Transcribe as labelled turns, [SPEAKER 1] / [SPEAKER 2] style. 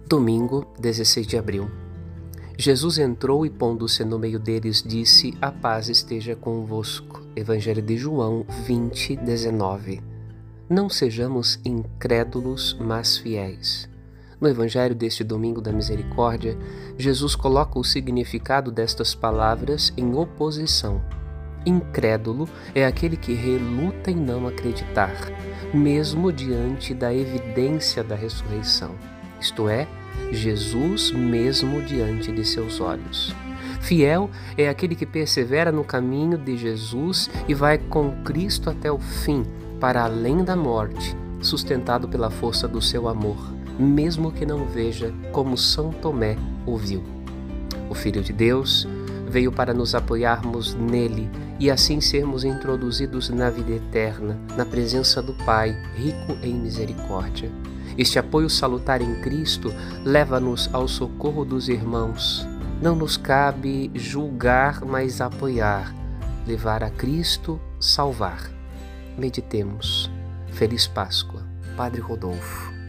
[SPEAKER 1] Domingo, 16 de abril. Jesus entrou e, pondo-se no meio deles, disse: A paz esteja convosco. Evangelho de João 20, 19. Não sejamos incrédulos, mas fiéis. No Evangelho deste Domingo da Misericórdia, Jesus coloca o significado destas palavras em oposição. Incrédulo é aquele que reluta em não acreditar, mesmo diante da evidência da ressurreição. Isto é, Jesus mesmo diante de seus olhos. Fiel é aquele que persevera no caminho de Jesus e vai com Cristo até o fim, para além da morte, sustentado pela força do seu amor, mesmo que não veja como São Tomé o viu. O Filho de Deus veio para nos apoiarmos nele e assim sermos introduzidos na vida eterna, na presença do Pai, rico em misericórdia. Este apoio salutar em Cristo leva-nos ao socorro dos irmãos. Não nos cabe julgar, mas apoiar, levar a Cristo, salvar. Meditemos. Feliz Páscoa. Padre Rodolfo.